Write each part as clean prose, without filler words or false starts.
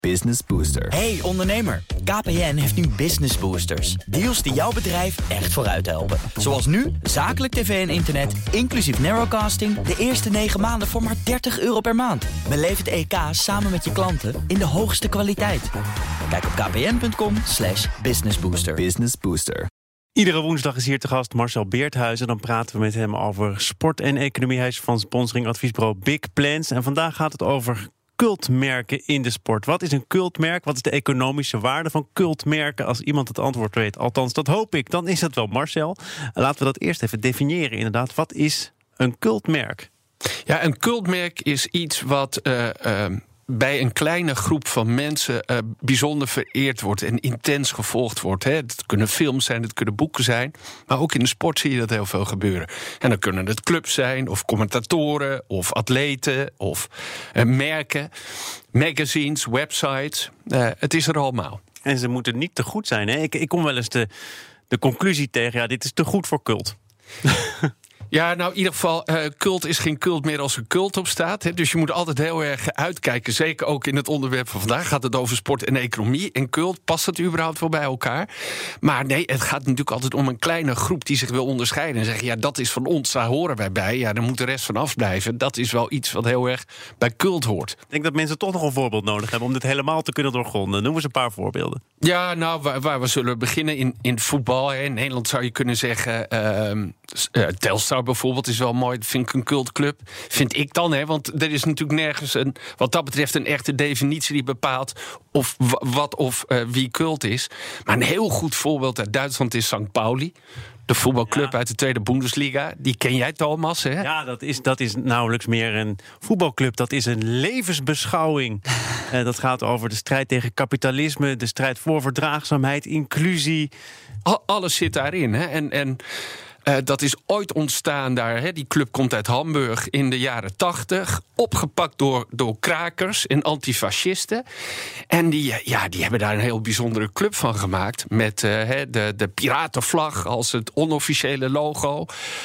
Business Booster. Hey ondernemer, KPN heeft nu Business Boosters. Deals die jouw bedrijf echt vooruit helpen. Zoals nu, zakelijk tv en internet, inclusief narrowcasting... de eerste 9 maanden voor maar €30 per maand. Beleef het EK samen met je klanten in de hoogste kwaliteit. Kijk op kpn.com/businessbooster. Business Booster. Iedere woensdag is hier te gast Marcel Beerthuizen. Dan praten we met hem over sport en economie. Hij is van sponsoringadviesbureau Big Plans. En vandaag gaat het over cultmerken in de sport. Wat is een cultmerk? Wat is de economische waarde van cultmerken? Als iemand het antwoord weet, althans dat hoop ik, dan is het wel Marcel. Laten we dat eerst even definiëren inderdaad. Wat is een cultmerk? Ja, een cultmerk is iets wat bij een kleine groep van mensen bijzonder vereerd wordt en intens gevolgd wordt. Het kunnen films zijn, het kunnen boeken zijn, maar ook in de sport zie je dat heel veel gebeuren. En dan kunnen het clubs zijn, of commentatoren, of atleten, of merken, magazines, websites. Het is er allemaal. En ze moeten niet te goed zijn. Hè? Ik kom wel eens de conclusie tegen, ja, dit is te goed voor cult. Ja, nou in ieder geval, cult is geen cult meer als er cult op staat. Hè. Dus je moet altijd heel erg uitkijken. Zeker ook in het onderwerp van vandaag gaat het over sport en economie. En cult, past het überhaupt wel bij elkaar? Maar nee, het gaat natuurlijk altijd om een kleine groep die zich wil onderscheiden. En zeggen, ja, dat is van ons, daar horen wij bij. Ja, daar moet de rest van afblijven. Dat is wel iets wat heel erg bij cult hoort. Ik denk dat mensen toch nog een voorbeeld nodig hebben om dit helemaal te kunnen doorgronden. Noem eens een paar voorbeelden. Ja, nou, waar we zullen beginnen in voetbal. Hè. In Nederland zou je kunnen zeggen, Telstar bijvoorbeeld is wel mooi. Dat vind ik een cultclub. Vind ik dan, hè? Want er is natuurlijk nergens wat dat betreft een echte definitie die bepaalt of wat of wie cult is. Maar een heel goed voorbeeld uit Duitsland is St. Pauli. De voetbalclub uit de Tweede Bundesliga. Die ken jij, Thomas, hè? Ja, dat is nauwelijks meer een voetbalclub. Dat is een levensbeschouwing. Dat gaat over de strijd tegen kapitalisme, de strijd voor verdraagzaamheid, inclusie. Alles zit daarin, hè? En dat is ooit ontstaan daar. Hè. Die club komt uit Hamburg in de jaren 80. Opgepakt door krakers en antifascisten. En die hebben daar een heel bijzondere club van gemaakt. Met de piratenvlag als het onofficiële logo.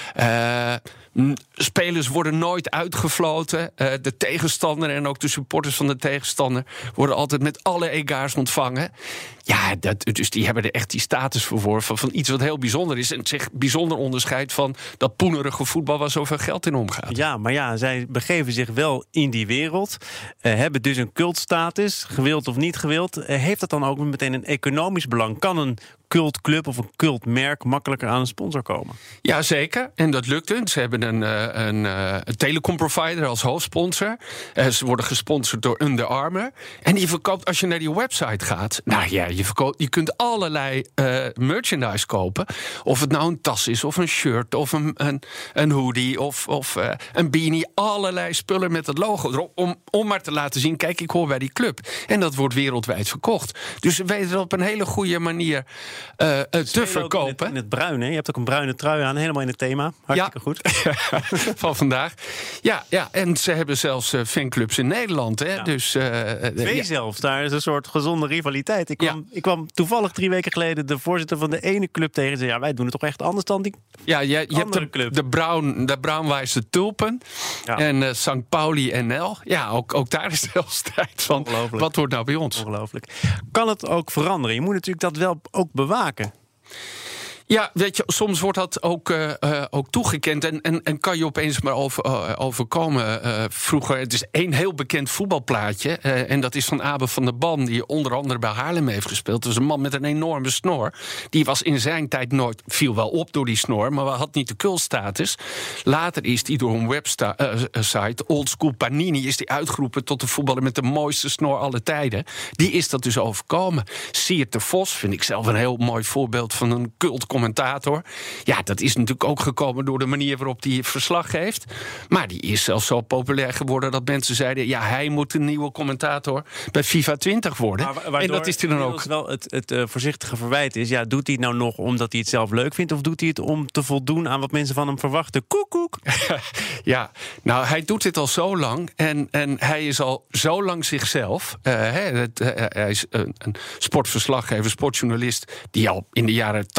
Spelers worden nooit uitgefloten. De tegenstander en ook de supporters van de tegenstander worden altijd met alle egaars ontvangen. Ja, dus die hebben er echt die status verworven van iets wat heel bijzonder is. En zich bijzonder onderscheidt van dat poenerige voetbal waar zoveel geld in omgaat. Ja, maar ja, zij begeven zich wel in die wereld. Hebben dus een cultstatus, gewild of niet gewild. Heeft dat dan ook meteen een economisch belang? Kan een cultclub of een cultmerk makkelijker aan een sponsor komen? Ja, zeker. En dat lukt hun. Ze hebben een telecomprovider als hoofdsponsor. Ze worden gesponsord door Under Armour. En die verkoopt, als je naar die website gaat, nou ja, je kunt allerlei merchandise kopen. Of het nou een tas is, of een shirt, of een hoodie, of een beanie. Allerlei spullen met het logo erop. Om maar te laten zien, kijk, ik hoor bij die club. En dat wordt wereldwijd verkocht. Dus ze weten het op een hele goede manier te verkopen. In het bruin, hè? Je hebt ook een bruine trui aan, helemaal in het thema. Hartstikke goed. Van vandaag. Ja, en ze hebben zelfs fanclubs in Nederland. Hè? Ja. Dus, Twee zelfs, daar is een soort gezonde rivaliteit. Ik kwam toevallig 3 weken geleden de voorzitter van de ene club tegen en zei, ja, wij doen het toch echt anders dan die je hebt club. De Braunwijse Tulpen en St. Pauli NL. Ja, ook daar is de strijd van. Wat wordt nou bij ons? Ongelooflijk. Kan het ook veranderen? Je moet natuurlijk dat wel ook bewaken. Ja, weet je, soms wordt dat ook toegekend en kan je opeens maar overkomen. Vroeger, het is 1 heel bekend voetbalplaatje. En dat is van Abe van der Ban, die onder andere bij Haarlem heeft gespeeld. Dat is een man met een enorme snor. Die was in zijn tijd viel wel op door die snor, maar had niet de cultstatus. Later is die door een website, Old School Panini, is die uitgeroepen tot de voetballer met de mooiste snor aller tijden. Die is dat dus overkomen. Siert de Vos vind ik zelf een heel mooi voorbeeld van een cultcommentator. Ja, dat is natuurlijk ook gekomen door de manier waarop hij verslag geeft. Maar die is zelfs zo populair geworden dat mensen zeiden, ja, hij moet een nieuwe commentator bij FIFA 20 worden. En dat is hij dan ook. Wel het voorzichtige verwijt is, ja, doet hij het nou nog omdat hij het zelf leuk vindt, of doet hij het om te voldoen aan wat mensen van hem verwachten? Koekoek. Ja, nou, hij doet dit al zo lang en hij is al zo lang zichzelf. Hij is een sportverslaggever, sportjournalist die al in de jaren 80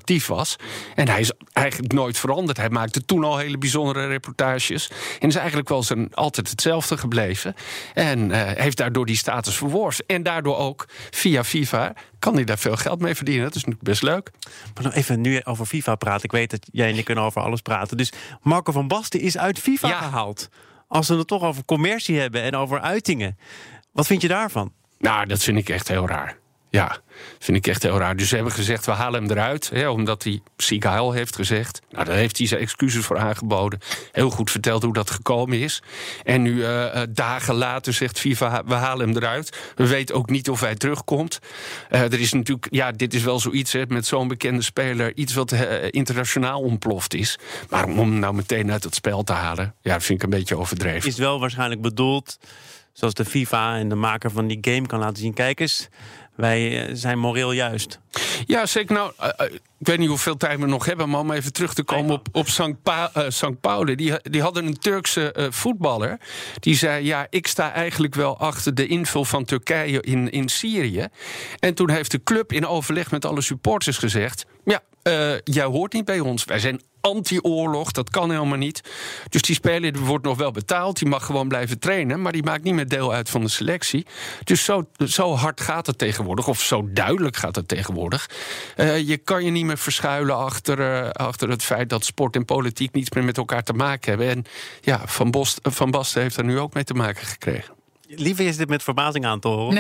actief was. En hij is eigenlijk nooit veranderd. Hij maakte toen al hele bijzondere reportages. En is eigenlijk wel altijd hetzelfde gebleven. En heeft daardoor die status verworven. En daardoor ook via FIFA kan hij daar veel geld mee verdienen. Dat is natuurlijk best leuk. Maar nog even nu over FIFA praten. Ik weet dat jij en ik kunnen over alles praten. Dus Marco van Basten is uit FIFA gehaald. Als we het toch over commercie hebben en over uitingen. Wat vind je daarvan? Nou, dat vind ik echt heel raar. Ja, vind ik echt heel raar. Dus ze hebben gezegd, we halen hem eruit. Omdat hij zieke huil heeft gezegd. Nou, daar heeft hij zijn excuses voor aangeboden. Heel goed verteld hoe dat gekomen is. En nu dagen later zegt FIFA, we halen hem eruit. We weten ook niet of hij terugkomt. Er is natuurlijk, dit is wel zoiets met zo'n bekende speler. Iets wat internationaal ontploft is. Maar om hem nou meteen uit het spel te halen, dat vind ik een beetje overdreven. Is wel waarschijnlijk bedoeld, zoals de FIFA en de maker van die game kan laten zien. Kijk eens, wij zijn moreel juist. Ja, zeker. Nou, ik weet niet hoeveel tijd we nog hebben, maar om even terug te komen op St. Pauli. Die hadden een Turkse voetballer. Die zei, ik sta eigenlijk wel achter de inval van Turkije in Syrië. En toen heeft de club in overleg met alle supporters gezegd, jij hoort niet bij ons. Wij zijn anti-oorlog, dat kan helemaal niet. Dus die speler wordt nog wel betaald. Die mag gewoon blijven trainen, maar die maakt niet meer deel uit van de selectie. Dus zo hard gaat het tegenwoordig, of zo duidelijk gaat het tegenwoordig. Je kan je niet meer verschuilen achter het feit dat sport en politiek niets meer met elkaar te maken hebben. En Van Basten heeft daar nu ook mee te maken gekregen. Liever is dit met verbazing aan te horen?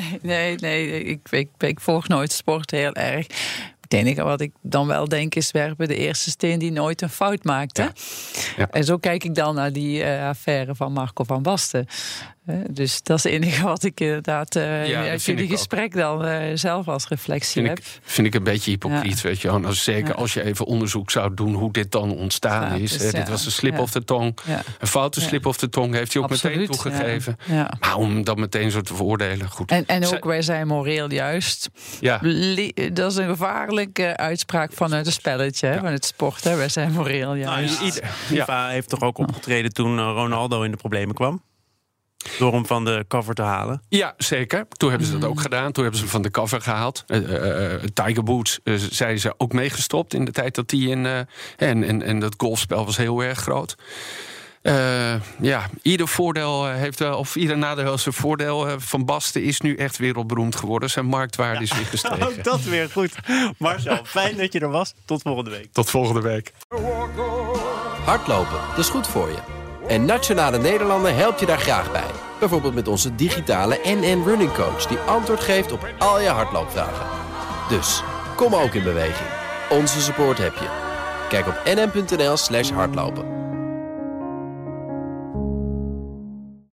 Nee. Ik volg nooit sport heel erg. Het enige wat ik dan wel denk is werpen de eerste steen die nooit een fout maakte. Ja. En zo kijk ik dan naar die affaire van Marco van Basten. Dus dat is het enige wat ik inderdaad uit jullie gesprek dan zelf als reflectie heb. Vind ik een beetje hypocriet, weet je. Nou, zeker als je even onderzoek zou doen hoe dit dan ontstaan is. Dit was een slip of the tong. Ja. Een foute slip of the tong heeft hij ook meteen toegegeven. Ja. Maar om dat meteen zo te veroordelen, goed. En ook wij zijn moreel juist. Ja. Dat is een gevaarlijke uitspraak vanuit het spelletje, van het sport. Wij zijn moreel juist. FIFA heeft toch ook opgetreden toen Ronaldo in de problemen kwam? Door hem van de cover te halen? Ja, zeker. Toen hebben ze dat ook gedaan. Toen hebben ze hem van de cover gehaald. Tiger Woods zijn ze ook meegestopt in de tijd dat hij en dat golfspel was heel erg groot. Ieder voordeel heeft wel, of ieder nadeel heeft zijn voordeel. Van Basten is nu echt wereldberoemd geworden. Zijn marktwaarde is weer gestegen. Ook dat weer goed. Marcel, fijn dat je er was. Tot volgende week. Tot volgende week. Hardlopen, dat is goed voor je. En Nationale Nederlanden helpt je daar graag bij. Bijvoorbeeld met onze digitale NN Running Coach, die antwoord geeft op al je hardloopvragen. Dus, kom ook in beweging. Onze support heb je. Kijk op nn.nl/hardlopen.